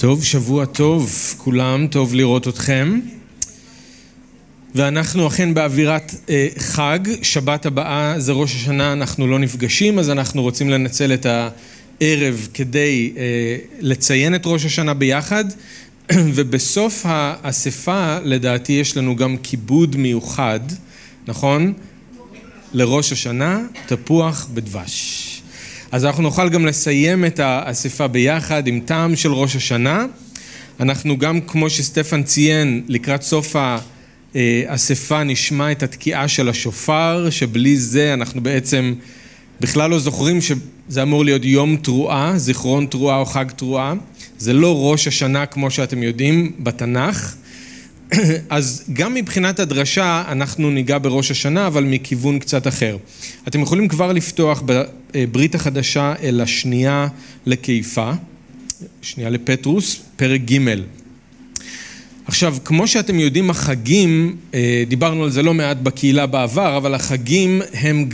טוב, שבוע טוב, כולם, טוב לראות אתכם. ואנחנו אכן באווירת חג, שבת הבאה זה ראש השנה, אנחנו לא נפגשים, אז אנחנו רוצים לנצל את הערב כדי לציין את ראש השנה ביחד, ובסוף האספה לדעתי יש לנו גם כיבוד מיוחד, נכון? לראש השנה, תפוח בדבש. אז אנחנו נוכל גם לסיים את האספה ביחד עם טעם של ראש השנה. אנחנו גם, כמו שסטפן ציין, לקראת סוף האספה נשמע את התקיעה של השופר, שבלי זה אנחנו בעצם בכלל לא זוכרים שזה אמור להיות יום תרועה, זיכרון תרועה או חג תרועה. זה לא ראש השנה כמו שאתם יודעים בתנ"ך. אז גם מבחינת הדרשה אנחנו ניגע בראש השנה, אבל מכיוון קצת אחר. אתם יכולים כבר לפתוח בברית החדשה אל השנייה לקיפה, שנייה לפטרוס, פרק ג'. עכשיו, כמו שאתם יודעים, החגים, דיברנו על זה לא מעט בקהילה בעבר, אבל החגים הם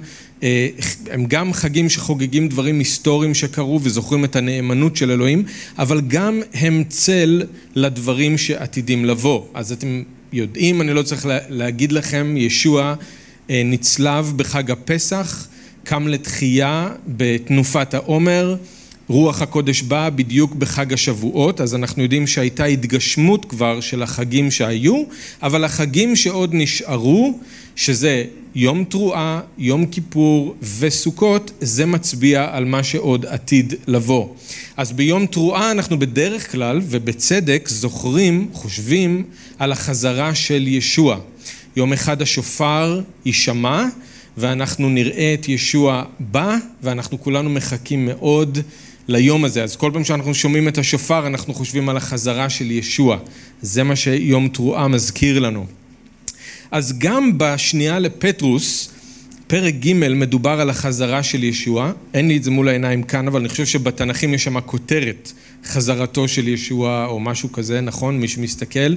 גם חגים שחוגגים דברים היסטוריים שקרו וזוכרים את הנאמנות של אלוהים, אבל גם הם צל לדברים שעתידים לבוא. אז אתם יודעים, אני לא צריך להגיד לכם, ישוע נצלב בחג הפסח, קם לתחייה בתנופת העומר, רוח הקודש בא בדיוק בחג השבועות, אז אנחנו יודעים שהייתה התגשמות כבר של החגים שהיו, אבל החגים שעוד נשארו, שזה יום תרועה, יום כיפור וסוכות, זה מצביע על מה שעוד עתיד לבוא. אז ביום תרועה אנחנו בדרך כלל ובצדק זוכרים, חושבים על החזרה של ישוע. יום אחד השופר יישמע ואנחנו נראה את ישוע בא, ואנחנו כולנו מחכים מאוד ליום הזה. אז כל פעם שאנחנו שומעים את השופר אנחנו חושבים על החזרה של ישוע. זה מה שיום תרועה מזכיר לנו. אז גם בשנייה לפטרוס, פרק ג' מדובר על החזרה של ישוע. אין לי את זה מול העיניים כאן, אבל אני חושב שבתנ"כים יש שם כותרת חזרתו של ישוע או משהו כזה, נכון? מי שמסתכל.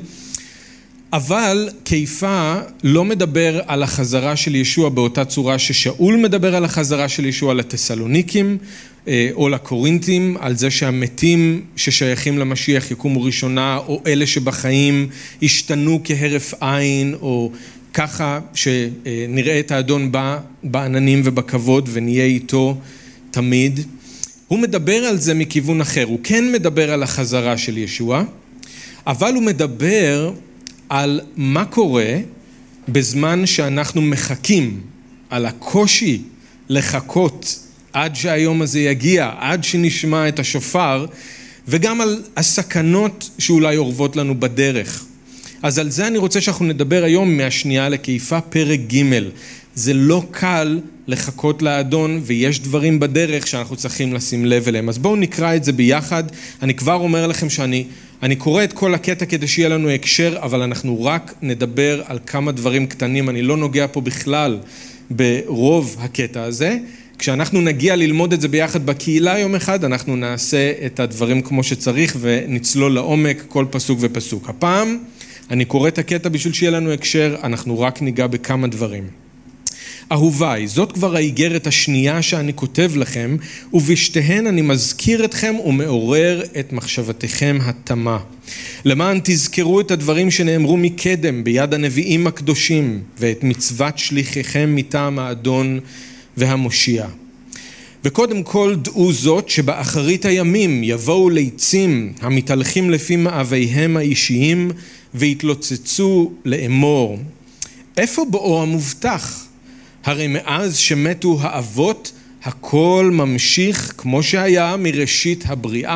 אבל קיפה לא מדבר על החזרה של ישוע באותה צורה ששאול מדבר על החזרה של ישוע לתסלוניקים או לקורינתים, על זה שהמתים ששייכים למשיח יקומו ראשונה, או אלה שבחיים השתנו כהרף עין, או ככה שנראה את האדון בעננים ובכבוד ונהיה איתו תמיד. הוא מדבר על זה מכיוון אחר, הוא כן מדבר על החזרה של ישוע, אבל הוא מדבר על מה קורה בזמן שאנחנו מחכים, על הקושי לחכות עד שהיום הזה יגיע, עד שנשמע את השופר, וגם על הסכנות שאולי אורבות לנו בדרך. אז על זה אני רוצה שאנחנו נדבר היום מהשנייה לקיפה, פרק ג'. זה לא קל לחכות לאדון, ויש דברים בדרך שאנחנו צריכים לשים לב אליהם. אז בואו נקרא את זה ביחד. אני כבר אומר לכם שאני קורא את כל הקטע כדי שיהיה לנו הקשר, אבל אנחנו רק נדבר על כמה דברים קטנים. אני לא נוגע פה בכלל ברוב הקטע הזה. כשאנחנו נגיע ללמוד את זה ביחד בקהילה יום אחד, אנחנו נעשה את הדברים כמו שצריך ונצלול לעומק כל פסוק ופסוק. הפעם אני קורא את הקטע בשביל שיהיה לנו הקשר, אנחנו רק ניגע בכמה דברים. אהוביי, זאת כבר האיגרת השנייה שאני כותב לכם, ובשתיהן אני מזכיר אתכם ומעורר את מחשבתכם התמה. למען תזכרו את הדברים שנאמרו מקדם ביד הנביאים הקדושים, ואת מצוות שליחיכם מטעם האדון והמושיע. וקודם כל דעו זאת שבאחרית הימים יבואו ליצים המתהלכים לפי מאוויהם האישיים והתלוצצו לאמור. איפה בואו המובטח? הרי מאז שמתו האבות הכל ממשיך כמו שהיה מראשית הבריאה.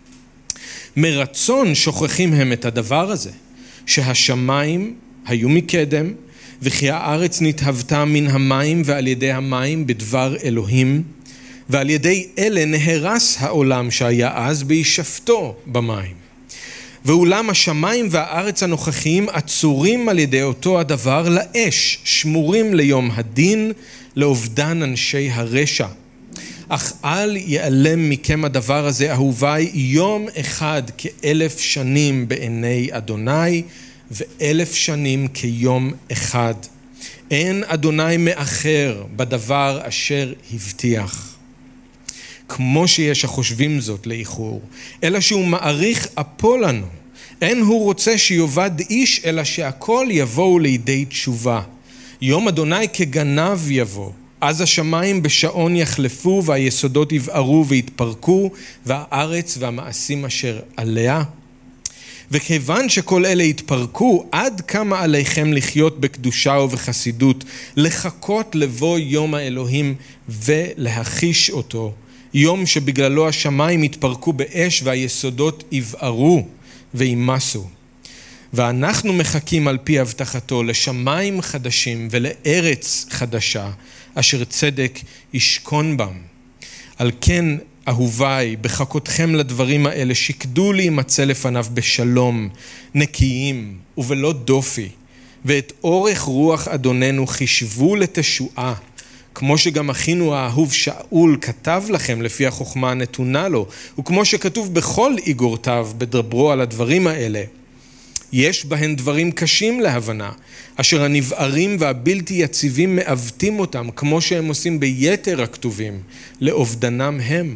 מרצון שוכחים הם את הדבר הזה, שהשמיים היו מקדם, וכי הארץ נתהוותה מן המים ועל ידי המים בדבר אלוהים, ועל ידי אלה נהרס העולם שהיה אז בהישפטו במים. ואולם השמיים והארץ הנוכחיים עצורים על ידי אותו הדבר לאש, שמורים ליום הדין, לאובדן אנשי הרשע. אך אל ייעלם מכם הדבר הזה, אהוביי, יום אחד כ1000 שנים בעיני אדוני, ו1000 שנים כיום אחד. אין אדוני מאחר בדבר אשר הבטיח. כמו שיש החושבים זאת לאיחור, אלא שהוא מעריך אפו לנו. אין הוא רוצה שיובד איש, אלא שהכל יבואו לידי תשובה. יום אדוני כגנב יבוא, אז השמיים בשעון יחלפו, והיסודות יבערו ויתפרקו, והארץ והמעשים אשר עליה. וכיוון שכל אלה יתפרקו, עד כמה עליכם לחיות בקדושה ובחסידות, לחכות לבוא יום האלוהים ולהחיש אותו, יום שבגללו השמיים יתפרקו באש והיסודות יבערו וימסו. ואנחנו מחכים על פי הבטחתו לשמיים חדשים ולארץ חדשה, אשר צדק ישכון בם. על כן, אהוביי, בחכותכם לדברים האלה, שקדו להימצא לפניו בשלום, נקיים ובלא דופי, ואת אורך רוח אדוננו חישבו לתשועה, כמו שגם אחינו האהוב שאול כתב לכם לפי החוכמה הנתונה לו, וכמו שכתוב בכל איגורתיו בדברו על הדברים האלה. יש בהן דברים קשים להבנה, אשר הנבערים והבלתי יציבים מעוותים אותם, כמו שהם עושים ביתר הכתובים, לאובדנם הם.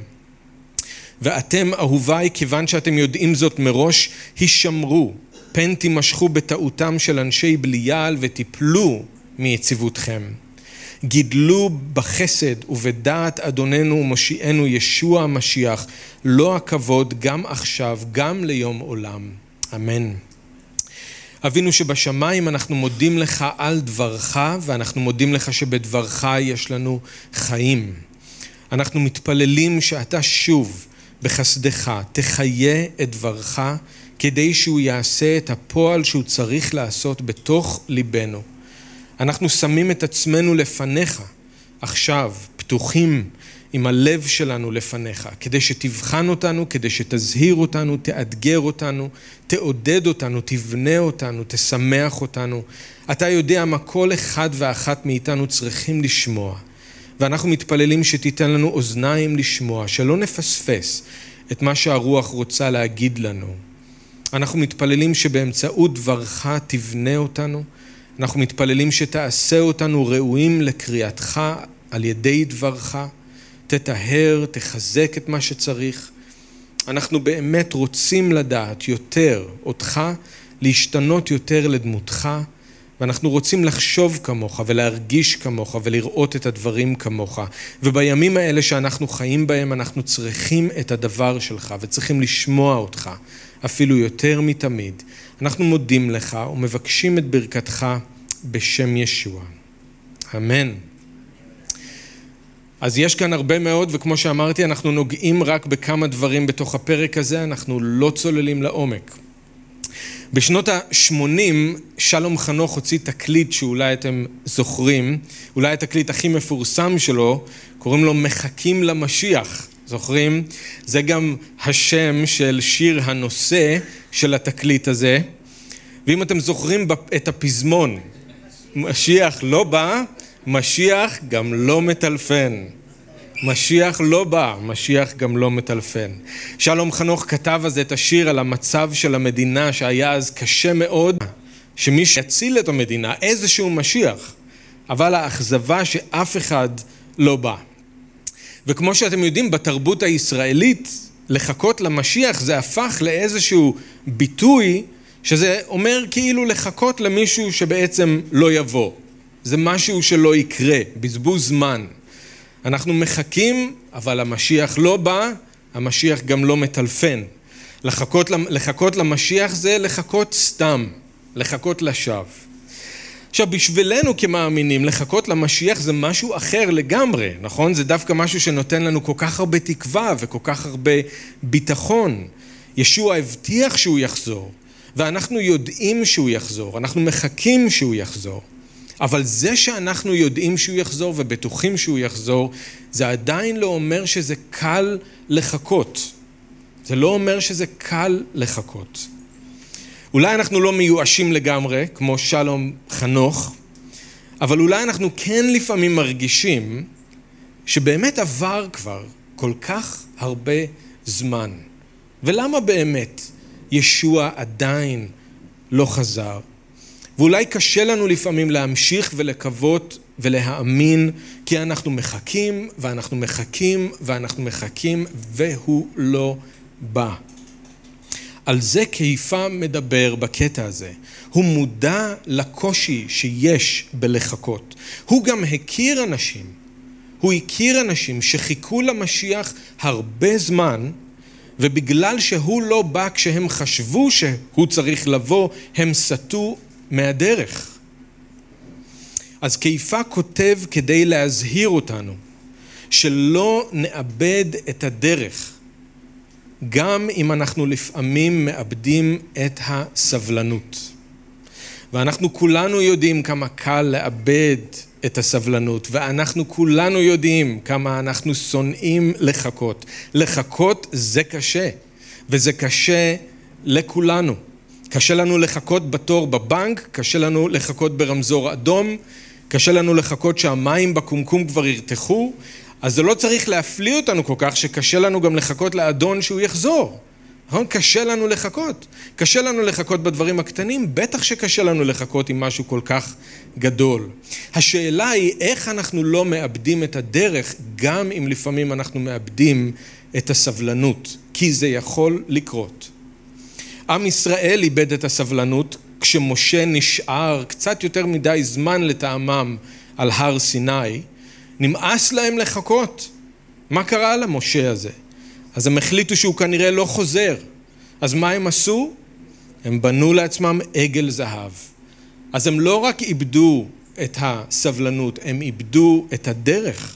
ואתם אהוביי, כיוון שאתם יודעים זאת מראש, הישמרו, פן תימשכו בטעותם של אנשי בליעל ותיפלו מיציבותכם. גידלו בחסד ובדעת אדוננו ומושיענו ישוע המשיח, לא הכבוד גם עכשיו, גם ליום עולם. אמן. אבינו שבשמיים, אנחנו מודים לך על דברך, ואנחנו מודים לך שבדברך יש לנו חיים. אנחנו מתפללים שאתה שוב בחסדך תחיה את דברך, כדי שהוא יעשה את הפועל שהוא צריך לעשות בתוך ליבנו. אנחנו שמים את עצמנו לפניך, עכשיו, פתוחים עם הלב שלנו לפניך, כדי שתבחן אותנו, כדי שתזהיר אותנו, תאתגר אותנו, תעודד אותנו, תבנה אותנו, תשמח אותנו. אתה יודע מה כל אחד ואחת מאיתנו צריכים לשמוע, ואנחנו מתפללים שתיתן לנו אוזניים לשמוע, שלא נפספס את מה שהרוח רוצה להגיד לנו. אנחנו מתפללים שבאמצעות דברך תבנה אותנו, אנחנו מתפללים שתעשה אותנו ראויים לקריאתך על ידי דברך, תטהר, תחזק את מה שצריך. אנחנו באמת רוצים לדעת יותר אותך, להשתנות יותר לדמותך, ואנחנו רוצים לחשוב כמוך ולהרגיש כמוך ולראות את הדברים כמוך. ובימים האלה שאנחנו חיים בהם, אנחנו צריכים את הדבר שלך וצריכים לשמוע אותך אפילו יותר מתמיד. אנחנו מודים לך ומבקשים את ברכתך בשם ישוע. אמן. אז יש כאן הרבה מאוד, וכמו שאמרתי, אנחנו נוגעים רק בכמה דברים בתוך הפרק הזה, אנחנו לא צוללים לעומק. בשנות ה-80, שלום חנוך הוציא תקליט שאולי אתם זוכרים, אולי התקליט הכי מפורסם שלו, קוראים לו מחכים למשיח, זוכרים? זה גם השם של שיר הנושא של התקליט הזה, ואם אתם זוכרים את הפזמון, משיח לא בא, משיח גם לא מטלפן. משיח לא בא, משיח גם לא מטלפן. שלום חנוך כתב אז את השיר על המצב של המדינה שהיה אז קשה מאוד, שמי שיציל את המדינה, איזשהו משיח, אבל האכזבה שאף אחד לא בא. וכמו שאתם יודעים, בתרבות הישראלית, לחכות למשיח זה הפך לאיזשהו ביטוי, שזה אומר כאילו לחכות למישהו שבעצם לא יבוא. זה משהו שלא יקרה, בזבוז זמן. אנחנו אבל המשיח לא בא, המשיח גם לא מטלפן. לחכות למשיח זה לחכות סתם, לחכות לשווא. עכשיו, בשבילנו כמאמינים, לחכות למשיח זה משהו אחר לגמרי, נכון? זה דווקא משהו שנותן לנו כל כך הרבה תקווה וכל כך הרבה ביטחון. ישוע הבטיח שהוא יחזור, ואנחנו יודעים שהוא יחזור, אנחנו מחכים שהוא יחזור. אבל זה שאנחנו יודעים שהוא יחזור ובטוחים שהוא יחזור, זה עדיין לא אומר שזה קל לחכות. זה לא אומר שזה קל לחכות. אולי אנחנו לא מיואשים לגמרי, כמו שלום חנוך, אבל אולי אנחנו כן לפעמים מרגישים שבאמת עבר כבר כל כך הרבה זמן. ולמה באמת ישוע עדיין לא חזר? ואולי קשה לנו לפעמים להמשיך ולקוות ולהאמין, כי אנחנו מחכים ואנחנו מחכים ואנחנו מחכים והוא לא בא. על זה קיפה מדבר בקטע הזה. הוא מודע לקושי שיש בלחכות. הוא גם הכיר אנשים. הוא הכיר אנשים שחיכו למשיח הרבה זמן, ובגלל שהוא לא בא כשהם חשבו שהוא צריך לבוא, הם סטו מהדרך. אז קיפה כותב כדי להזהיר אותנו, שלא נאבד את הדרך, גם אם אנחנו לפעמים מאבדים את הסבלנות. ואנחנו כולנו יודעים כמה קל לאבד את הסבלנות, ואנחנו כולנו יודעים כמה אנחנו שונאים לחכות. לחכות זה קשה, וזה קשה לכולנו. קשה לנו לחכות בתור בבנק, קשה לנו לחכות ברמזור אדום, קשה לנו לחכות שהמים בקומקום כבר ירתחו, אז זה לא צריך להפליא אותנו כל כך שקשה לנו גם לחכות לאדון שהוא יחזור. קשה לנו לחכות. קשה לנו לחכות בדברים הקטנים, בטח שקשה לנו לחכות עם משהו כל כך גדול. השאלה היא איך אנחנו לא מאבדים את הדרך, גם אם לפעמים אנחנו מאבדים את הסבלנות, כי זה יכול לקרות. עם ישראל איבד את הסבלנות כשמשה נשאר קצת יותר מדי זמן לטעמם על הר סיני, נמאס להם לחכות. מה קרה למשה הזה? אז הם החליטו שהוא כנראה לא חוזר. אז מה הם עשו? הם בנו לעצמם עגל זהב. אז הם לא רק איבדו את הסבלנות, הם איבדו את הדרך.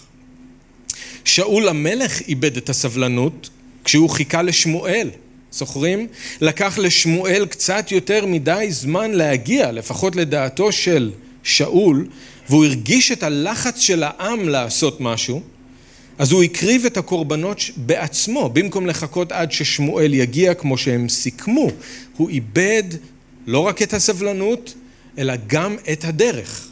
שאול המלך איבד את הסבלנות כשהוא חיכה לשמואל. זוכרים? לקח לשמואל קצת יותר מדי זמן להגיע, לפחות לדעתו של שאול, והוא הרגיש את הלחץ של העם לעשות משהו, אז הוא הקריב את הקורבנות בעצמו, במקום לחכות עד ששמואל יגיע כמו שהם סיכמו. הוא איבד לא רק את הסבלנות, אלא גם את הדרך.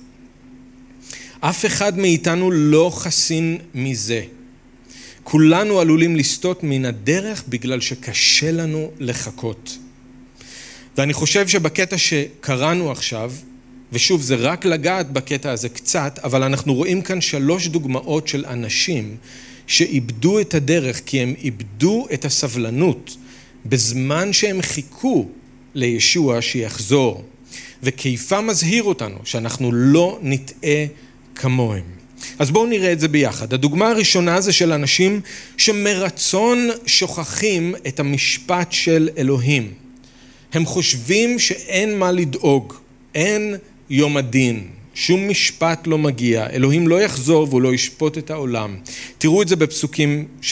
אף אחד מאיתנו לא חסין מזה. כולנו עלולים לסטות מן הדרך בגלל שקשה לנו לחכות. ואני חושב שבקטע שקראנו עכשיו, ושוב זה רק לגעת בקטע הזה קצת, אבל אנחנו רואים כאן 3 דוגמאות של אנשים שאיבדו את הדרך, כי הם איבדו את הסבלנות בזמן שהם חיכו לישוע שיחזור. וקיפה מזהיר אותנו שאנחנו לא נטעה כמוהם. אז בואו נראה את זה ביחד. הדוגמה הראשונה זה של אנשים שמרצון שוכחים את המשפט של אלוהים. הם חושבים שאין מה לדאוג, אין יום הדין, שום משפט לא מגיע, אלוהים לא יחזור והוא לא ישפוט את העולם. תראו את זה בפסוקים 3-6.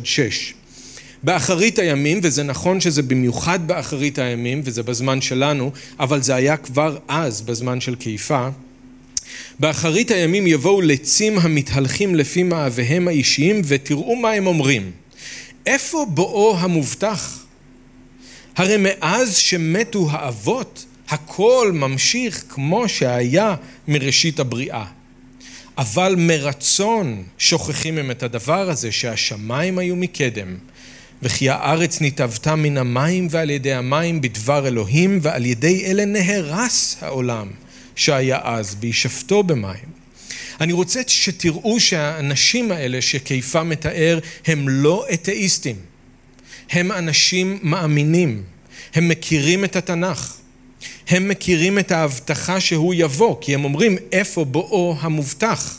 באחרית הימים, וזה נכון שזה במיוחד באחרית הימים, וזה בזמן שלנו, אבל זה היה כבר אז בזמן של קיפה, באחרית הימים יבואו לצים המתהלכים לפי מאוויהם האישיים, ותראו מה הם אומרים. איפה בואו המובטח? הרי מאז שמתו האבות, הכל ממשיך כמו שהיה מראשית הבריאה. אבל מרצון שוכחים הם את הדבר הזה שהשמיים היו מקדם, וכי הארץ נתהוותה מן המים ועל ידי המים בדבר אלוהים, ועל ידי אלה נהרס העולם שהיה אז בישפטו במים. אני רוצה שתראו שהאנשים האלה שקיפה מתאר הם לא אתאיסטים. הם אנשים מאמינים. הם מכירים את התנ"ך. הם מכירים את ההבטחה שהוא יבוא, כי הם אומרים איפה בואו המובטח.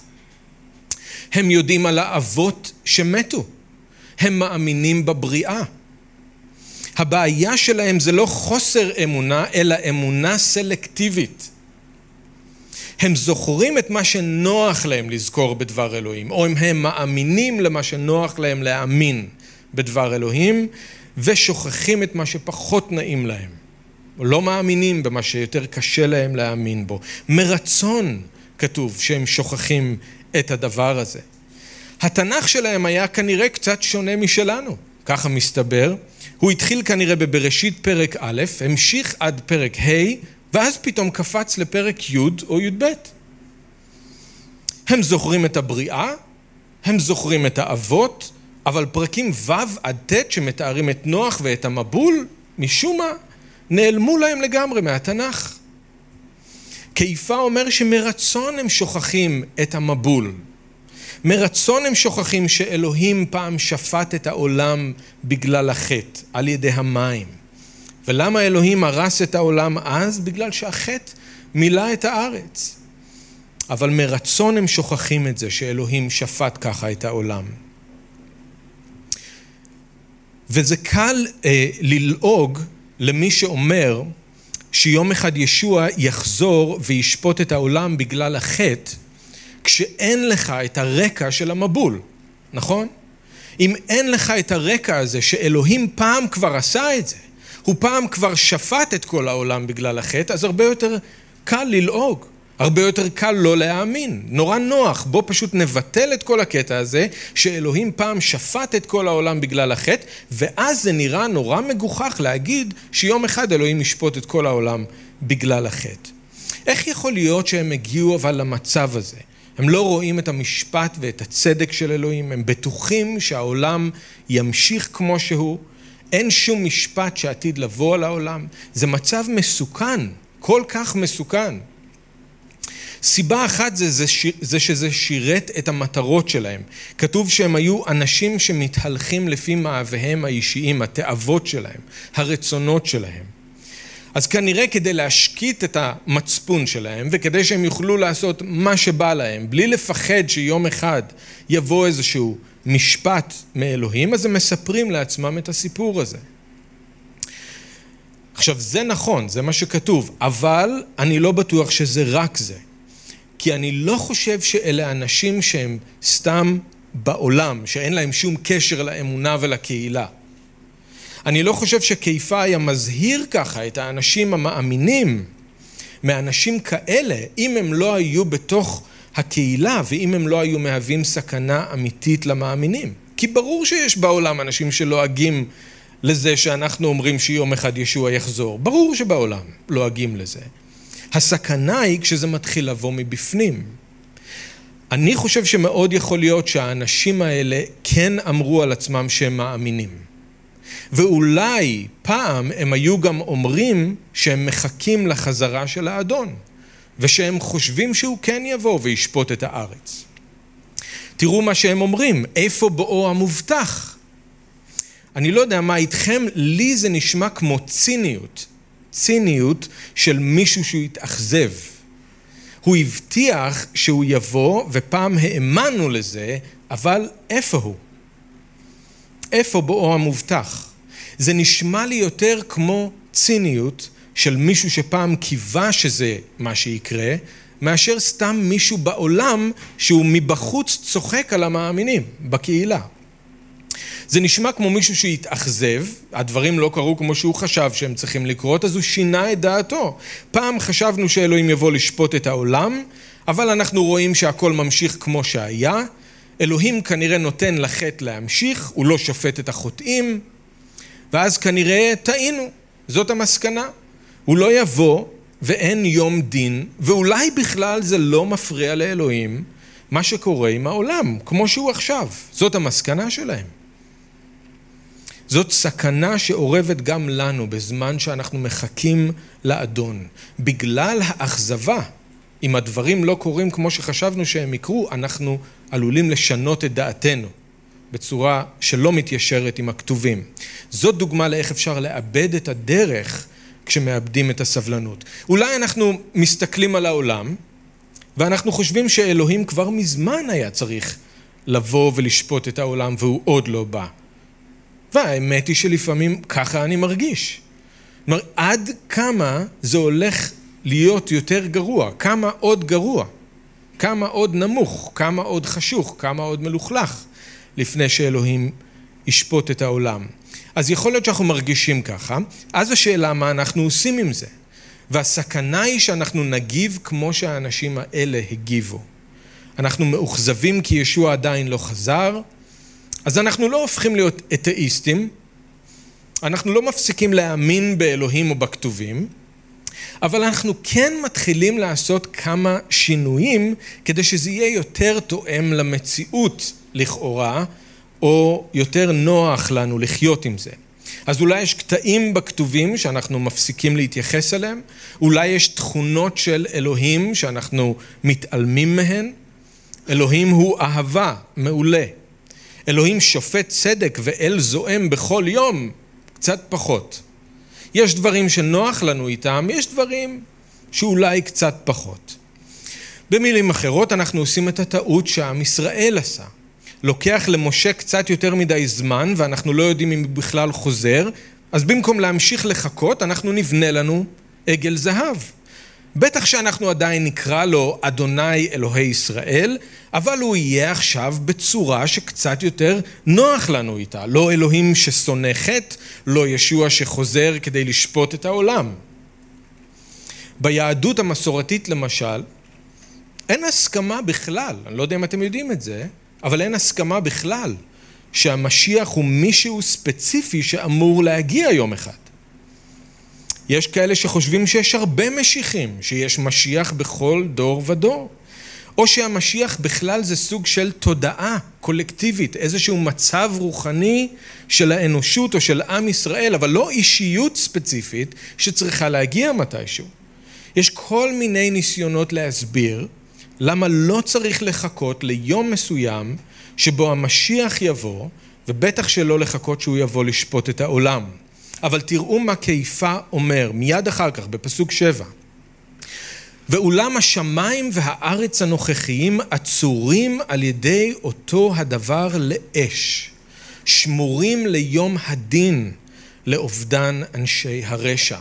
הם יודעים על האבות שמתו. הם מאמינים בבריאה. הבעיה שלהם זה לא חוסר אמונה, אלא אמונה סלקטיבית. הם זוכרים את מה שנוח להם לזכור בדבר אלוהים, או אם הם מאמינים למה שנוח להם להאמין בדבר אלוהים, ושוכחים את מה שפחות נעים להם. או לא מאמינים במה שיותר קשה להם להאמין בו. מרצון כתוב שהם שוכחים את הדבר הזה. התנ"ך שלהם היה כנראה קצת שונה משלנו, ככה מסתבר. הוא התחיל כנראה בבראשית פרק א', המשיך עד פרק ה', ואז פתאום קפץ לפרק י' או י' ב'. הם זוכרים את הבריאה, הם זוכרים את האבות, אבל פרקים ו' עד ט' שמתארים את נוח ואת המבול, משום מה, נעלמו להם לגמרי מהתנ"ך. קיפה אומר שמרצון הם שוכחים את המבול. מרצון הם שוכחים שאלוהים פעם שפט את העולם בגלל החטא, על ידי המים. ולמה אלוהים הרס את העולם אז? בגלל שהחטא מילא את הארץ. אבל מרצון הם שוכחים את זה, שאלוהים שפט ככה את העולם. וזה קל ללעוג למי שאומר שיום אחד ישוע יחזור וישפוט את העולם בגלל החטא, כשאין לך את הרקע של המבול, נכון? אם אין לך את הרקע הזה שאלוהים פעם כבר עשה את זה, הוא פעם כבר שפט את כל העולם בגלל החטא, אז הרבה יותר קל ללעוג, הרבה יותר קל לא להאמין. נורא נוח, בוא פשוט נבטל את כל הקטע הזה, שאלוהים פעם שפט את כל העולם בגלל החטא, ואז זה נראה נורא מגוחך להגיד שיום אחד אלוהים ישפוט את כל העולם בגלל החטא. איך יכול להיות שהם הגיעו אבל למצב הזה? הם לא רואים את המשפט ואת הצדק של אלוהים, הם בטוחים שהעולם ימשיך כמו שהוא, אין שום משפט שעתיד לבוא על העולם. זה מצב מסוכן, כל כך מסוכן. סיבה אחת זה שזה שירת את המטרות שלהם. כתוב שהם היו אנשים שמתהלכים לפי מאוויהם האישיים, התאוות שלהם, הרצונות שלהם. אז כנראה כדי להשקיט את המצפון שלהם, וכדי שהם יוכלו לעשות מה שבא להם, בלי לפחד שיום אחד יבוא איזשהו משפט מאלוהים, אז הם מספרים לעצמם את הסיפור הזה. עכשיו זה נכון, זה מה שכתוב, אבל אני לא בטוח שזה רק זה. כי אני לא חושב שאלה אנשים שהם סתם בעולם, שאין להם שום קשר לאמונה ולקהילה. אני לא חושב שקיפה היה מזהיר ככה את האנשים המאמינים מאנשים כאלה, אם הם לא היו בתוך הקהילה ואם הם לא היו מהווים סכנה אמיתית למאמינים. כי ברור שיש בעולם אנשים שלועגים לזה שאנחנו אומרים שיום אחד ישוע יחזור. ברור שבעולם לועגים לזה. הסכנה היא כשזה מתחיל לבוא מבפנים. אני חושב שמאוד יכול להיות שהאנשים האלה כן אמרו על עצמם שהם מאמינים. ואולי פעם הם היו גם אומרים שהם מחכים לחזרה של האדון, ושהם חושבים שהוא כן יבוא וישפוט את הארץ. תראו מה שהם אומרים, איפה בואו המובטח? אני לא יודע מה איתכם, לי זה נשמע כמו ציניות של מישהו שהוא התאכזב. הוא הבטיח שהוא יבוא, ופעם האמנו לזה, אבל איפה הוא? איפה בואו המובטח? זה נשמע לי יותר כמו ציניות של מישהו שפעם קיווה שזה מה שיקרה, מאשר סתם מישהו בעולם שהוא מבחוץ צוחק על המאמינים בקהילה. זה נשמע כמו מישהו שהתאכזב, הדברים לא קרו כמו שהוא חשב שהם צריכים לקרות, אז הוא שינה את דעתו. פעם חשבנו שאלוהים יבוא לשפוט את העולם, אבל אנחנו רואים שהכל ממשיך כמו שהיה. אלוהים כנראה נותן לחטא להמשיך, הוא לא שופט את החוטאים, ואז כנראה טעינו, זאת המסקנה. הוא לא יבוא ואין יום דין, ואולי בכלל זה לא מפריע לאלוהים מה שקורה עם העולם, כמו שהוא עכשיו. זאת המסקנה שלהם. זאת סכנה שעורבת גם לנו בזמן שאנחנו מחכים לאדון. בגלל האכזבה, אם הדברים לא קורים כמו שחשבנו שהם יקרו, אנחנו עלולים לשנות את דעתנו בצורה שלא מתיישרת עם הכתובים. זאת דוגמה לאיך אפשר לאבד את הדרך כשמאבדים את הסבלנות. אולי אנחנו מסתכלים על העולם, ואנחנו חושבים שאלוהים כבר מזמן היה צריך לבוא ולשפוט את העולם, והוא עוד לא בא. והאמת היא שלפעמים ככה אני מרגיש. זאת אומרת, עד כמה זה הולך להיות יותר גרוע, כמה עוד גרוע, כמה עוד נמוך, כמה עוד חשוך, כמה עוד מלוכלך, לפני שאלוהים ישפוט את העולם. אז יכול להיות שאנחנו מרגישים ככה, אז השאלה מה אנחנו עושים עם זה. והסכנה היא שאנחנו נגיב כמו שהאנשים האלה הגיבו. אנחנו מאוכזבים כי ישוע עדיין לא חזר, אז אנחנו לא הופכים להיות אתאיסטים, אנחנו לא מפסיקים להאמין באלוהים או בכתובים, אבל אנחנו כן מתחילים לעשות כמה שינויים כדי שזה יהיה יותר תואם למציאות לכאורה, או יותר נוח לנו לחיות עם זה. אז אולי יש קטעים בכתובים שאנחנו מפסיקים להתייחס אליהם, אולי יש תכונות של אלוהים שאנחנו מתעלמים מהן. אלוהים הוא אהבה, מעולה. אלוהים שופט צדק ואל זועם בכל יום, קצת פחות. יש דברים שנוח לנו איתם, יש דברים שאולי קצת פחות. במילים אחרות אנחנו עושים את הטעות שעם ישראל עשה. לוקח למשה קצת יותר מדי זמן ואנחנו לא יודעים אם הוא בכלל חוזר, אז במקום להמשיך לחכות אנחנו נבנה לנו עגל זהב. בטח שאנחנו עדיין נקרא לו אדוני אלוהי ישראל, אבל הוא יהיה עכשיו בצורה שקצת יותר נוח לנו איתה. לא אלוהים ששונא חטא, לא ישוע שחוזר כדי לשפוט את העולם. ביהדות המסורתית למשל, אין הסכמה בכלל, אני לא יודע אם אתם יודעים את זה, אבל אין הסכמה בכלל שהמשיח הוא מישהו ספציפי שאמור להגיע יום אחד. יש כאלה שחושבים שיש הרבה משיחים, שיש משיח בכל דור ודור. או שהמשיח בכלל זה סוג של תודעה קולקטיבית, איזשהו מצב רוחני של האנושות או של עם ישראל, אבל לא אישיות ספציפית שצריכה להגיע מתישהו. יש כל מיני ניסיונות להסביר למה לא צריך לחכות ליום מסוים שבו המשיח יבוא, ובטח שלא לחכות שהוא יבוא לשפוט את העולם. אבל תראו מה קיפה אומר, מיד אחר כך, בפסוק 7. ואולם השמיים והארץ הנוכחיים עצורים על ידי אותו הדבר לאש, שמורים ליום הדין לאובדן אנשי הרשע.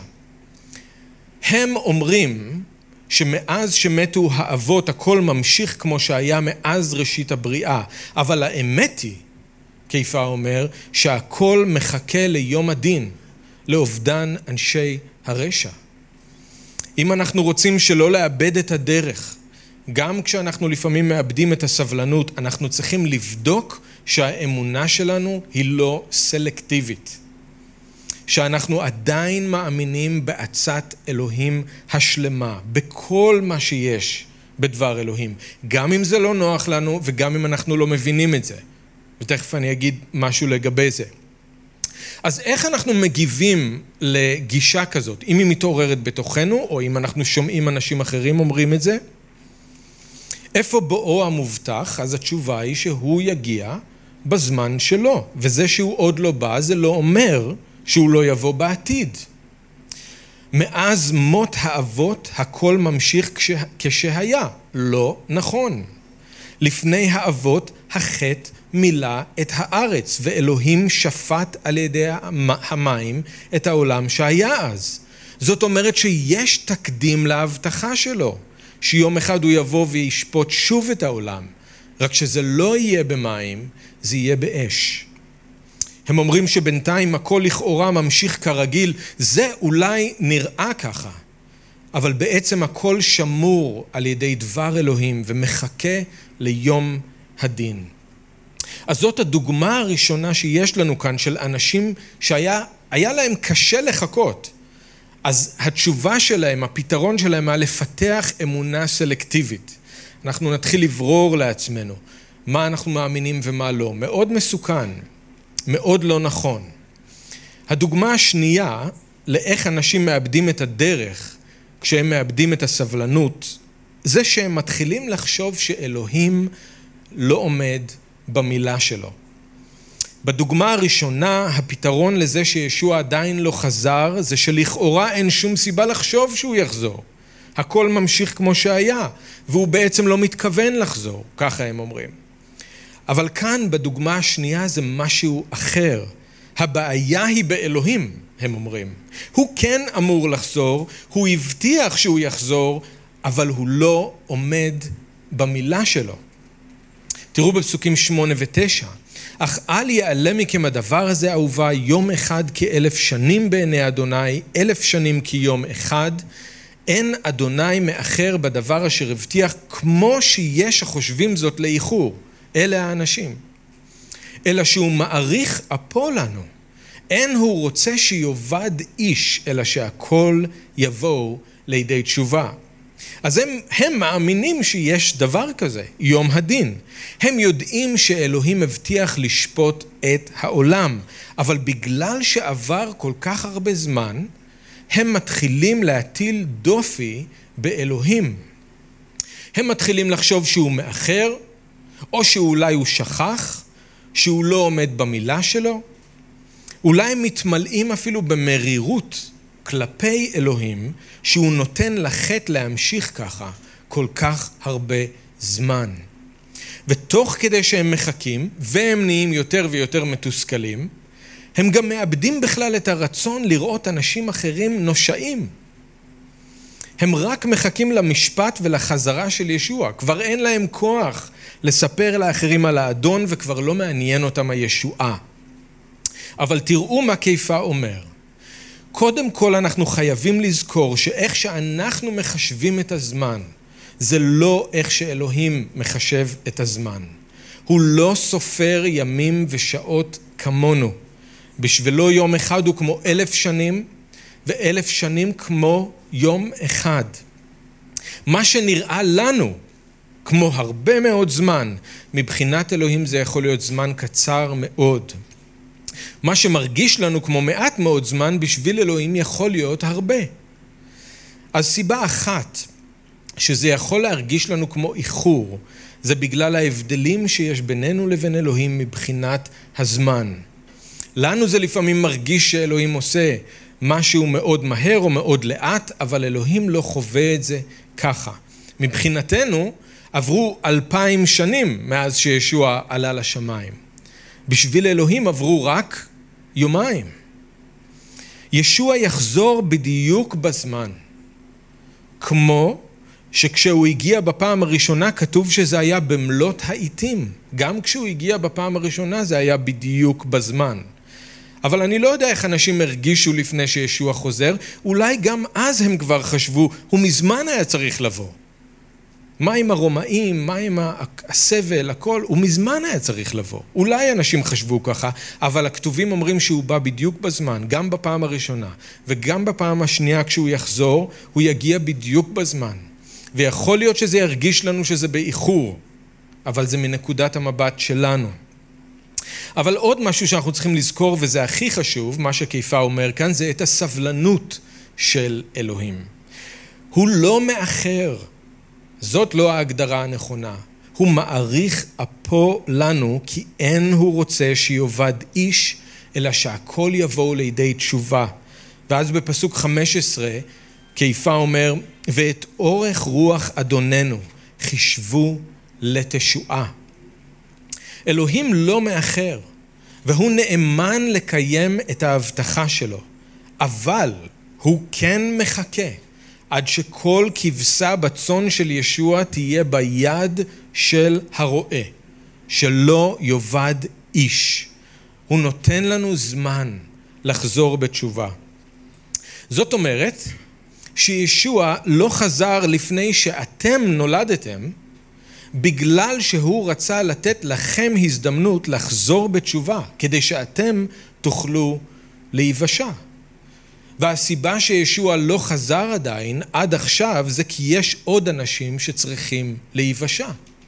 הם אומרים שמאז שמתו האבות הכל ממשיך כמו שהיה מאז ראשית הבריאה, אבל האמת היא, קיפה אומר, שהכל מחכה ליום הדין, לאובדן אנשי הרשע. אם אנחנו רוצים שלא לאבד את הדרך, גם כשאנחנו לפעמים מאבדים את הסבלנות, אנחנו צריכים לבדוק שהאמונה שלנו היא לא סלקטיבית. שאנחנו עדיין מאמינים בעצת אלוהים השלמה, בכל מה שיש בדבר אלוהים. גם אם זה לא נוח לנו וגם אם אנחנו לא מבינים את זה. ותכף אני אגיד משהו לגבי זה. אז איך אנחנו מגיבים לגישה כזאת? אם היא מתעוררת בתוכנו, או אם אנחנו שומעים אנשים אחרים אומרים את זה? איפה בואו המובטח? אז התשובה היא שהוא יגיע בזמן שלו. וזה שהוא עוד לא בא, זה לא אומר שהוא לא יבוא בעתיד. מאז מות האבות הכל ממשיך כשהיה. לא נכון. לפני האבות החטא מילא את הארץ, ואלוהים שפט על ידי המים את העולם שהיה אז. זאת אומרת שיש תקדים להבטחה שלו, שיום אחד הוא יבוא וישפוט שוב את העולם, רק שזה לא יהיה במים, זה יהיה באש. הם אומרים שבינתיים הכל לכאורה ממשיך כרגיל, זה אולי נראה ככה, אבל בעצם הכל שמור על ידי דבר אלוהים ומחכה ליום הדין. אז זאת הדוגמה הראשונה שיש לנו כאן של אנשים שהיה להם קשה לחכות. אז התשובה שלהם, הפתרון שלהם היה לפתח אמונה סלקטיבית. אנחנו נתחיל לברור לעצמנו מה אנחנו מאמינים ומה לא. מאוד מסוכן, מאוד לא נכון. הדוגמה השנייה לאיך אנשים מאבדים את הדרך כשהם מאבדים את הסבלנות, זה שהם מתחילים לחשוב שאלוהים לא עומד במילה שלו. בדוגמה הראשונה, הפתרון לזה שישוע עדיין לא חזר, זה שלכאורה אין שום סיבה לחשוב שהוא יחזור. הכל ממשיך כמו שהיה, והוא בעצם לא מתכוון לחזור, ככה הם אומרים. אבל כאן בדוגמה השנייה זה משהו אחר. הבעיה היא באלוהים, הם אומרים. הוא כן אמור לחזור, הוא הבטיח שהוא יחזור, אבל הוא לא עומד במילה שלו. תראו בפסוקים 8 ו-9. אך אל יעלה מכם הדבר הזה, אהובה, יום אחד כ1000 שנים בעיני אדוני, 1000 שנים כיום אחד. אין אדוני מאחר בדבר אשר הבטיח, כמו שיש החושבים זאת לאיחור. אלה האנשים. אלא שהוא מעריך אפו לנו. אין הוא רוצה שיובד איש, אלא שהכל יבוא לידי תשובה. אז הם מאמינים שיש דבר כזה, יום הדין. הם יודעים שאלוהים הבטיח לשפוט את העולם, אבל בגלל שעבר כל כך הרבה זמן, הם מתחילים להטיל דופי באלוהים. הם מתחילים לחשוב שהוא מאחר, או שאולי הוא שכח, שהוא לא עומד במילה שלו. אולי הם מתמלאים אפילו במרירות כלפי אלוהים, שהוא נותן לחטא להמשיך ככה כל כך הרבה זמן. ותוך כדי שהם מחכים, והם נהיים יותר ויותר מתוסכלים, הם גם מאבדים בכלל את הרצון לראות אנשים אחרים נושעים. הם רק מחכים למשפט ולחזרה של ישוע. כבר אין להם כוח לספר לאחרים על האדון, וכבר לא מעניין אותם הישועה. אבל תראו מה קיפה אומר. קודם כל אנחנו חייבים לזכור שאיך שאנחנו מחשבים את הזמן, זה לא איך שאלוהים מחשב את הזמן. הוא לא סופר ימים ושעות כמונו. בשבילו יום אחד הוא כמו 1000 שנים, ו1000 שנים כמו יום אחד. מה שנראה לנו כמו הרבה מאוד זמן, מבחינת אלוהים זה יכול להיות זמן קצר מאוד. מה שמרגיש לנו כמו מעט מאוד זמן, בשביל אלוהים יכול להיות הרבה. אז סיבה אחת שזה יכול להרגיש לנו כמו איחור, זה בגלל ההבדלים שיש בינינו לבין אלוהים מבחינת הזמן. לנו זה לפעמים מרגיש שאלוהים עושה משהו מאוד מהר או מאוד לאט, אבל אלוהים לא חווה את זה ככה. מבחינתנו עברו 2000 שנים מאז שישוע עלה לשמיים. בשביל אלוהים עברו רק יומיים. ישוע יחזור בדיוק בזמן. כמו שכשהוא הגיע בפעם הראשונה כתוב שזה היה במלאת העיתים. גם כשהוא הגיע בפעם הראשונה זה היה בדיוק בזמן. אבל אני לא יודע איך אנשים הרגישו לפני שישוע חוזר. אולי גם אז הם כבר חשבו, הוא מזמן היה צריך לבוא. מה עם הרומאים, מה עם הסבל, הכל, הוא מזמן היה צריך לבוא. אולי אנשים חשבו ככה, אבל הכתובים אומרים שהוא בא בדיוק בזמן, גם בפעם הראשונה, וגם בפעם השנייה כשהוא יחזור, הוא יגיע בדיוק בזמן. ויכול להיות שזה ירגיש לנו שזה באיחור, אבל זה מנקודת המבט שלנו. אבל עוד משהו שאנחנו צריכים לזכור, וזה הכי חשוב, מה שקיפה אומר כאן, זה את הסבלנות של אלוהים. הוא לא מאחר. זאת לא ההגדרה הנכונה. הוא מעריך אפו לנו, כי אין הוא רוצה שיובד איש, אלא שהכל יבוא לידי תשובה. ואז בפסוק 15, קיפה אומר, ואת אורך רוח אדוננו חישבו לתשועה. אלוהים לא מאחר, והוא נאמן לקיים את ההבטחה שלו, אבל הוא כן מחכה, עד שכל כבשה בצאן של ישוע תהיה ביד של הרועה, שלא יאבד איש. הוא נותן לנו זמן לחזור בתשובה. זאת אומרת שישוע לא חזר לפני שאתם נולדתם, בגלל שהוא רצה לתת לכם הזדמנות לחזור בתשובה, כדי שאתם תוכלו להיוושע. והסיבה שישוע לא חזר עדיין עד עכשיו זה כי יש עוד אנשים שצריכים להיוושע.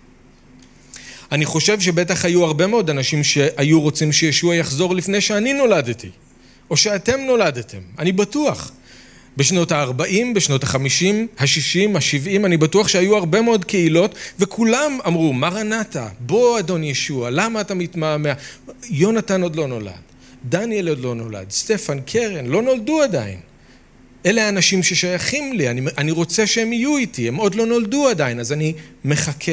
אני חושב שבטח היו הרבה מאוד אנשים שהיו רוצים שישוע יחזור לפני שאני נולדתי, או שאתם נולדתם, אני בטוח. בשנות ה-40, בשנות ה-50, ה-60, ה-70, אני בטוח שהיו הרבה מאוד קהילות, וכולם אמרו, מרנתה, בוא אדון ישוע, למה אתה מתמהמה? יונתן עוד לא נולד, דניאל עוד לא נולד, סטפן, קרן, לא נולדו עדיין. אלה האנשים ששייכים לי, אני רוצה שהם יהיו איתי, הם עוד לא נולדו עדיין, אז אני מחכה.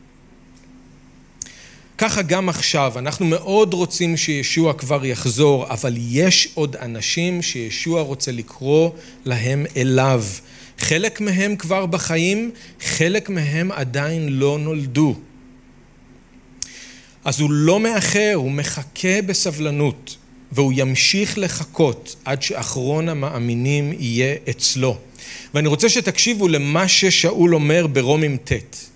ככה גם עכשיו, אנחנו מאוד רוצים שישוע כבר יחזור, אבל יש עוד אנשים שישוע רוצה לקרוא להם אליו. חלק מהם כבר בחיים, חלק מהם עדיין לא נולדו. אז הוא לא מאחר, הוא מחכה בסבלנות, והוא ימשיך לחכות עד שאחרון המאמינים יהיה אצלו. ואני רוצה שתקשיבו למה ששאול אומר ברומים ט'.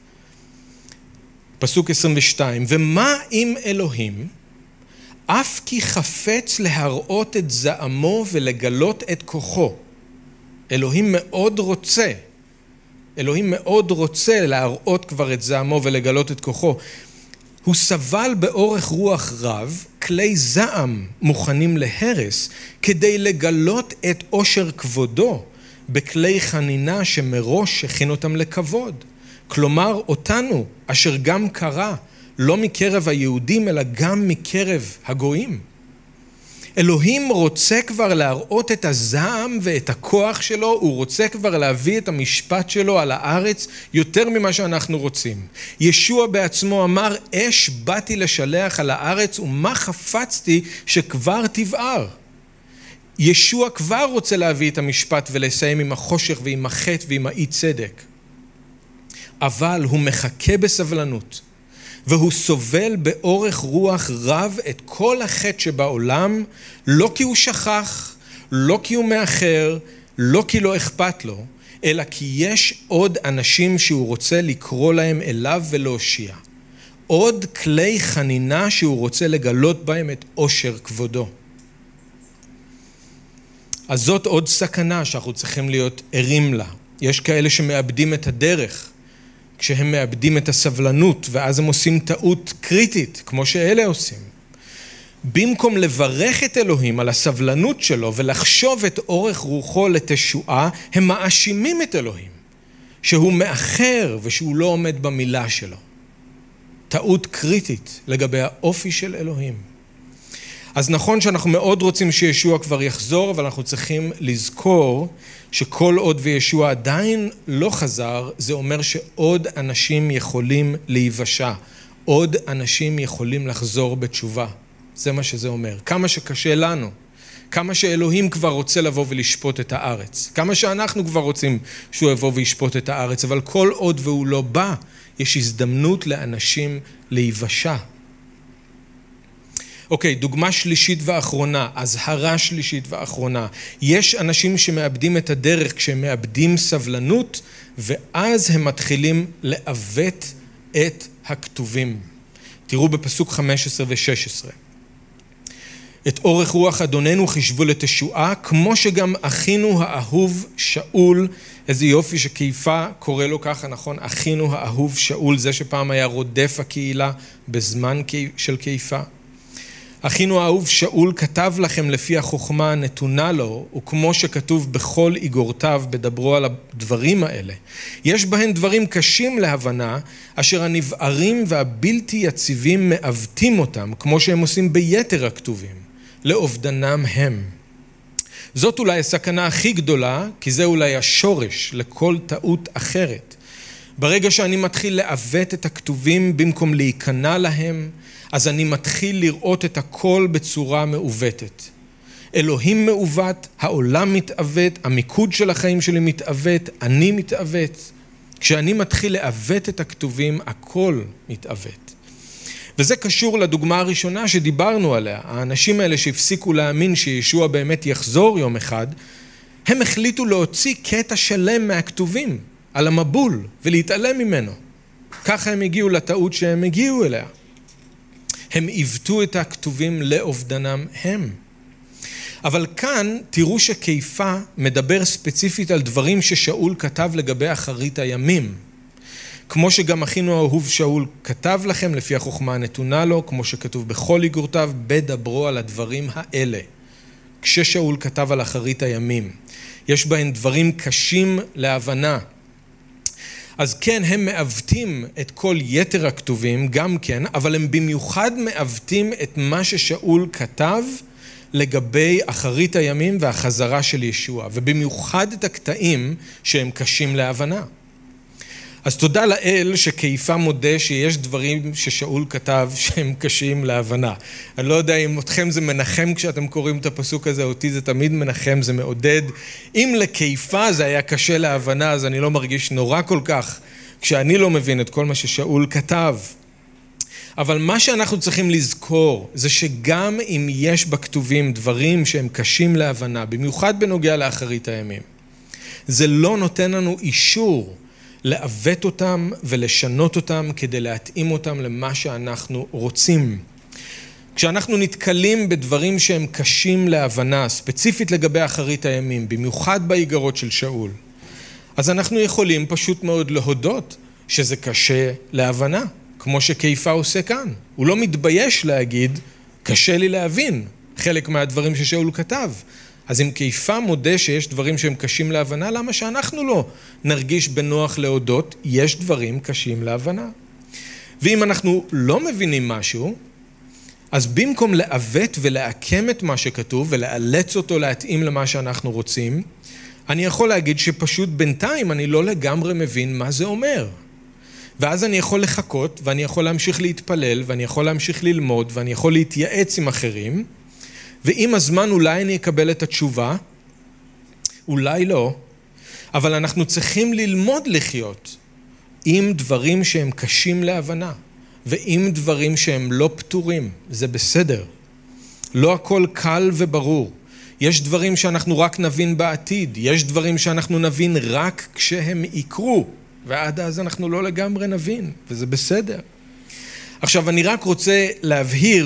פסוק 22, ומה אם אלוהים, אף כי חפץ להראות את זעמו ולגלות את כוחו. אלוהים מאוד רוצה אלוהים מאוד רוצה להראות כבר את זעמו ולגלות את כוחו. הוא סבל באורך רוח רב, כלי זעם מוכנים להרס, כדי לגלות את עושר כבודו, בכלי חנינה שמראש הכין אותם לכבוד. כלומר, אותנו, אשר גם קרה, לא מקרב היהודים, אלא גם מקרב הגויים. אלוהים רוצה כבר להראות את הזעם ואת הכוח שלו, הוא רוצה כבר להביא את המשפט שלו על הארץ יותר ממה שאנחנו רוצים. ישוע בעצמו אמר, אש באתי לשלח על הארץ ומה חפצתי שכבר תבער. ישוע כבר רוצה להביא את המשפט ולסיים עם החושך ועם החטא ועם האי צדק. אבל הוא מחכה בסבלנות. והוא סובל באורך רוח רב את כל החטא שבעולם, לא כי הוא שכח, לא כי הוא מאחר, לא כי לא אכפת לו, אלא כי יש עוד אנשים שהוא רוצה לקרוא להם אליו ולהושיע. עוד כלי חנינה שהוא רוצה לגלות בהם את עושר כבודו. אז זאת עוד סכנה שאנחנו צריכים להיות ערים לה. יש כאלה שמאבדים את הדרך, כשהם מאבדים את הסבלנות, ואז הם עושים טעות קריטית, כמו שאלה עושים. במקום לברך את אלוהים על הסבלנות שלו, ולחשוב את אורך רוחו לתשועה, הם מאשימים את אלוהים, שהוא מאחר ושהוא לא עומד במילה שלו. טעות קריטית לגבי האופי של אלוהים. אז נכון שאנחנו מאוד רוצים שישוע כבר יחזור, אבל אנחנו צריכים לזכור שכל עוד וישוע עדיין לא חזר, זה אומר שעוד אנשים יכולים להיוושע, עוד אנשים יכולים לחזור בתשובה. זה מה שזה אומר. כמה שקשה לנו, כמה שאלוהים כבר רוצה לבוא ולשפוט את הארץ, כמה שאנחנו כבר רוצים שהוא יבוא וישפוט את הארץ, אבל כל עוד והוא לא בא, יש הזדמנות לאנשים להיוושע. אוקיי, דוגמה שלישית ואחרונה, אזהרה שלישית ואחרונה. יש אנשים שמאבדים את הדרך כשהם מאבדים סבלנות, ואז הם מתחילים לעוות את הכתובים. תראו בפסוק 15 ו-16. את אורך רוח אדוננו חישבו לתשועה, כמו שגם אחינו האהוב שאול, איזה יופי שקיפה קורא לו ככה, נכון? אחינו האהוב שאול, זה שפעם היה רודף הקהילה בזמן של קיפה. אחינו האהוב שאול כתב לכם לפי החוכמה הנתונה לו, וכמו שכתוב בכל איגורתיו בדברו על הדברים האלה. יש בהן דברים קשים להבנה, אשר הנבערים והבלתי יציבים מעוותים אותם, כמו שהם עושים ביתר הכתובים, לאובדנם הם. זאת אולי הסכנה הכי גדולה, כי זה אולי השורש לכל טעות אחרת. ברגע שאני מתחיל לעוות את הכתובים במקום להיכנע להם, אז אני מתחיל לראות את הכל בצורה מעוותת. אלוהים מעוות, העולם מתעוות, המיקוד של החיים שלי מתעוות, אני מתעוות. כשאני מתחיל לעוות את הכתובים, הכל מתעוות. וזה קשור לדוגמה הראשונה שדיברנו עליה. האנשים האלה שהפסיקו להאמין שישוע באמת יחזור יום אחד, הם החליטו להוציא קטע שלם מהכתובים על המבול ולהתעלם ממנו. ככה הם הגיעו לטעות שהם הגיעו אליה. הם עיוותו את הכתובים לאובדנם הם. אבל כאן תראו שקיפה מדבר ספציפית על דברים ששאול כתב לגבי אחרית הימים. כמו שגם אחינו האהוב שאול כתב לכם לפי החוכמה הנתונה לו, כמו שכתוב בכל איגורתיו, בדברו על הדברים האלה. כששאול כתב על אחרית הימים. יש בהן דברים קשים להבנה. אז כן, הם מעוותים את כל יתר הכתובים, גם כן, אבל הם במיוחד מעוותים את מה ששאול כתב לגבי אחרית הימים והחזרה של ישוע, ובמיוחד את הקטעים שהם קשים להבנה. אז תודה לאל שקיפה מודה שיש דברים ששאול כתב שהם קשים להבנה. אני לא יודע אם אתכם זה מנחם כשאתם קוראים את הפסוק הזה, אותי זה תמיד מנחם, זה מעודד. אם לקיפה זה היה קשה להבנה, אז אני לא מרגיש נורא כל כך כשאני לא מבין את כל מה ששאול כתב. אבל מה שאנחנו צריכים לזכור זה שגם אם יש בכתובים דברים שהם קשים להבנה, במיוחד בנוגע לאחרית הימים, זה לא נותן לנו אישור לעוות אותם ולשנות אותם כדי להתאים אותם למה שאנחנו רוצים. כשאנחנו נתקלים בדברים שהם קשים להבנה, ספציפית לגבי אחרית הימים, במיוחד באיגרות של שאול, אז אנחנו יכולים פשוט מאוד להודות שזה קשה להבנה, כמו שכיפה עושה כאן. הוא לא מתבייש להגיד, קשה לי להבין חלק מהדברים ששאול כתב. אז אם כיפה מודה שיש דברים שהם קשים להבנה, למה שאנחנו לא נרגיש בנוח להודות, יש דברים קשים להבנה. ואם אנחנו לא מבינים משהו, אז במקום לעוות ולעקם את מה שכתוב ולאלץ אותו להתאים למה שאנחנו רוצים, אני יכול להגיד שפשוט בינתיים אני לא לגמרי מבין מה זה אומר. ואז אני יכול לחכות ואני יכול להמשיך להתפלל ואני יכול להמשיך ללמוד ואני יכול להתייעץ עם אחרים, ועם הזמן אולי אני אקבל את התשובה, אולי לא, אבל אנחנו צריכים ללמוד לחיות עם דברים שהם קשים להבנה, ועם דברים שהם לא פתורים, זה בסדר. לא הכל קל וברור. יש דברים שאנחנו רק נבין בעתיד, יש דברים שאנחנו נבין רק כשהם יקרו, ועד אז אנחנו לא לגמרי נבין, וזה בסדר. עכשיו אני רק רוצה להבהיר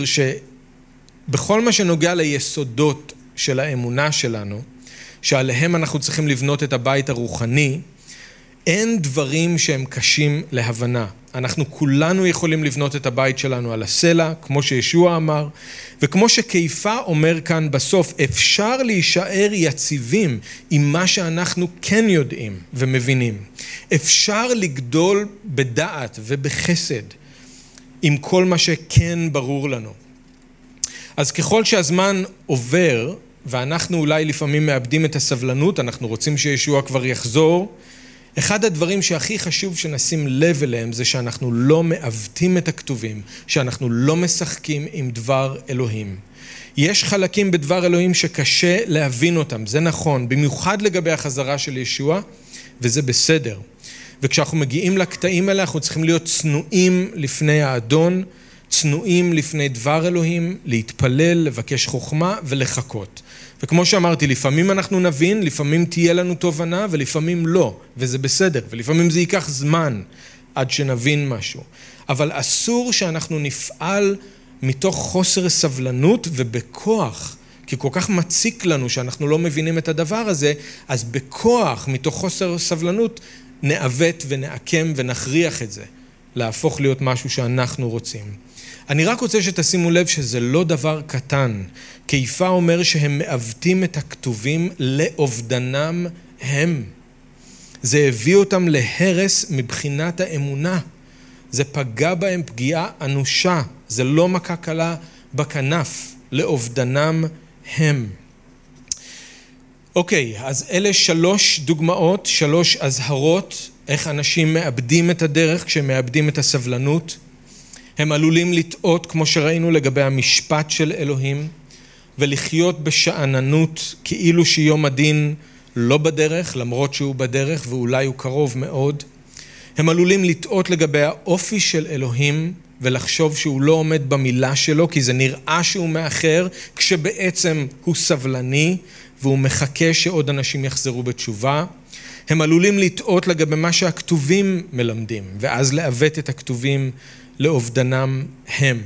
שבכל מה שנוגע ליסודות של האמונה שלנו, שעליהם אנחנו צריכים לבנות את הבית הרוחני, אין דברים שהם קשים להבנה. אנחנו כולנו יכולים לבנות את הבית שלנו על הסלע, כמו שישוע אמר, וכמו שכיפה אומר כאן בסוף, אפשר להישאר יציבים עם מה שאנחנו כן יודעים ומבינים. אפשר לגדול בדעת ובחסד עם כל מה שכן ברור לנו. אז ככל שהזמן עובר, ואנחנו אולי לפעמים מאבדים את הסבלנות, אנחנו רוצים שישוע כבר יחזור, אחד הדברים שהכי חשוב שנשים לב אליהם זה שאנחנו לא מעוותים את הכתובים, שאנחנו לא משחקים עם דבר אלוהים. יש חלקים בדבר אלוהים שקשה להבין אותם, זה נכון, במיוחד לגבי החזרה של ישוע, וזה בסדר. וכשאנחנו מגיעים לקטעים האלה, אנחנו צריכים להיות צנועים לפני האדון, צנועים לפני דבר אלוהים, להתפלל, לבקש חוכמה ולחכות. וכמו שאמרתי, לפעמים אנחנו נבין, לפעמים תהיה לנו תובנה ולפעמים לא, וזה בסדר, ולפעמים זה ייקח זמן עד שנבין משהו. אבל אסור שאנחנו נפעל מתוך חוסר סבלנות ובכוח, כי כל כך מציק לנו שאנחנו לא מבינים את הדבר הזה, אז בכוח, מתוך חוסר סבלנות, נעוות ונעקם ונכריח את זה, להפוך להיות משהו שאנחנו רוצים. אני רק רוצה שתשימו לב שזה לא דבר קטן. כיפה אומר שהם מעוותים את הכתובים לאובדנם הם. זה הביא אותם להרס מבחינת האמונה. זה פגע בהם פגיעה אנושה. זה לא מכה קלה בכנף, לאובדנם הם. אוקיי, אז אלה 3 דוגמאות, 3 אזהרות, איך אנשים מאבדים את הדרך כשהם מאבדים את הסבלנות. הם עלולים לטעות, כמו שראינו, לגבי המשפט של אלוהים, ולחיות בשעננות כאילו שיום הדין לא בדרך, למרות שהוא בדרך ואולי הוא קרוב מאוד. הם עלולים לטעות לגבי האופי של אלוהים, ולחשוב שהוא לא עומד במילה שלו, כי זה נראה שהוא מאחר, כשבעצם הוא סבלני, והוא מחכה שעוד אנשים יחזרו בתשובה. הם עלולים לטעות לגבי מה שהכתובים מלמדים, ואז לעוות את הכתובים לאובדנם הם.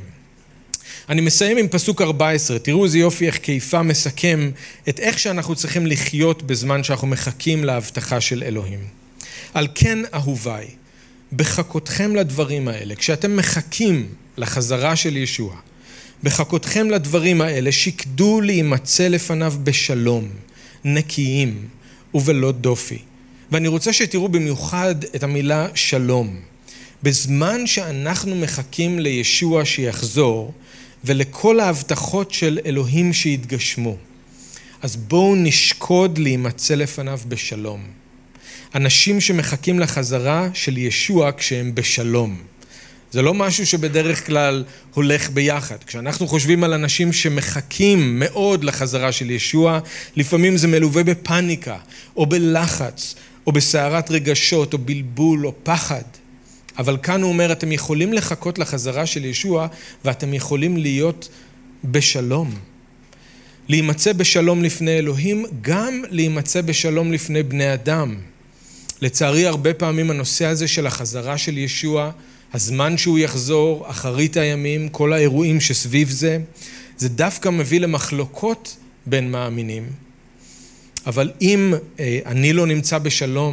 אני מסיים עם פסוק 14, תראו איזה יופי איך כיפה מסכם את איך שאנחנו צריכים לחיות בזמן שאנחנו מחכים להבטחה של אלוהים. על כן אהוביי, בחכותכם לדברים האלה, כשאתם מחכים לחזרה של ישוע, בחכותכם לדברים האלה שקדו להימצא לפניו בשלום, נקיים ובלא דופי. ואני רוצה שתראו במיוחד את המילה שלום. בזמן שאנחנו מחכים לישוע שיחזור, ולכל ההבטחות של אלוהים שיתגשמו, אז בואו נשקוד להימצא לפניו בשלום. אנשים שמחכים לחזרה של ישוע כשהם בשלום. זה לא משהו שבדרך כלל הולך ביחד. כשאנחנו חושבים על אנשים שמחכים מאוד לחזרה של ישוע, לפעמים זה מלווה בפניקה, או בלחץ, או בסערת רגשות, או בלבול, או פחד. אבל כאן הוא אומר, אתם יכולים לחכות לחזרה של ישוע, ואתם יכולים להיות בשלום. להימצא בשלום לפני אלוהים, גם להימצא בשלום לפני בני אדם. לצערי, הרבה פעמים הנושא הזה של החזרה של ישוע, הזמן שהוא יחזור, אחרית הימים, כל האירועים שסביב זה, זה דווקא מביא למחלוקות בין מאמינים. אבל אם אני לא נמצא בשלום,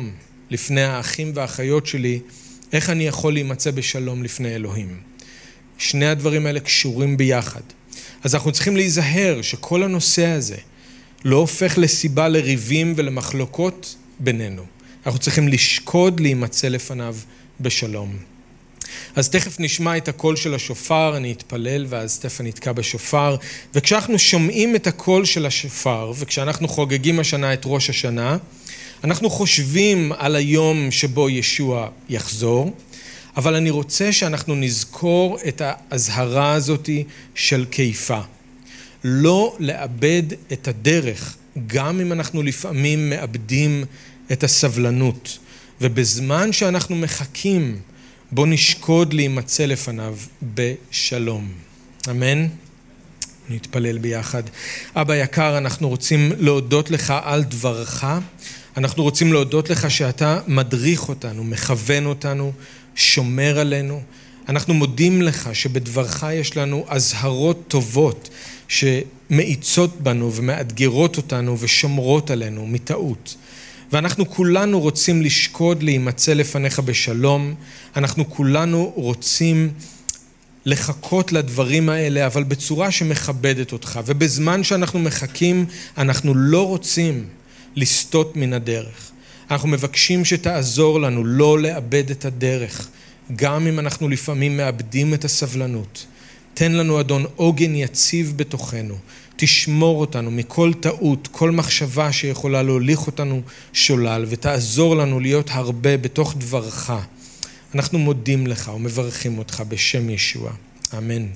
לפני האחים והאחיות שלי, איך אני יכול להימצא בשלום לפני אלוהים? שני הדברים האלה קשורים ביחד. אז אנחנו צריכים להיזהר שכל הנושא הזה לא הופך לסיבה לריבים ולמחלוקות בינינו. אנחנו צריכים לשקוד להימצא לפניו בשלום. אז תכף נשמע את הקול של השופר, אני אתפלל ואז סטפן יתקע בשופר, וכשאנחנו שומעים את הקול של השופר, וכשאנחנו חוגגים השנה את ראש השנה, אנחנו חושבים על היום שבו ישוע יחזור, אבל אני רוצה שאנחנו נזכור את ההזהרה הזאת של קיפה. לא לאבד את הדרך, גם אם אנחנו לפעמים מאבדים את הסבלנות. ובזמן שאנחנו מחכים, בוא נשקוד להימצא לפניו בשלום. אמן? נתפלל ביחד. אבא יקר, אנחנו רוצים להודות לך על דברך. אנחנו רוצים להודות לך שאתה מדריך אותנו, מכוון אותנו, שומר עלינו. אנחנו מודים לך שבדברך יש לנו הזהרות טובות שמאיצות בנו ומאתגרות אותנו ושומרות עלינו מטעות. ואנחנו כולנו רוצים לשקוד להימצא לפניך בשלום. אנחנו כולנו רוצים לחכות לדברים האלה, אבל בצורה שמכבדת אותך. ובזמן שאנחנו מחכים, אנחנו לא רוצים לסטות מן הדרך. אנחנו מבקשים שתעזור לנו לא לאבד את הדרך, גם אם אנחנו לפעמים מאבדים את הסבלנות. תן לנו אדון עוגן יציב בתוכנו, תשמור אותנו מכל טעות, כל מחשבה שיכולה להוליך אותנו שולל, ותעזור לנו להיות הרבה בתוך דברך. אנחנו מודים לך ומברכים אותך בשם ישוע. אמן.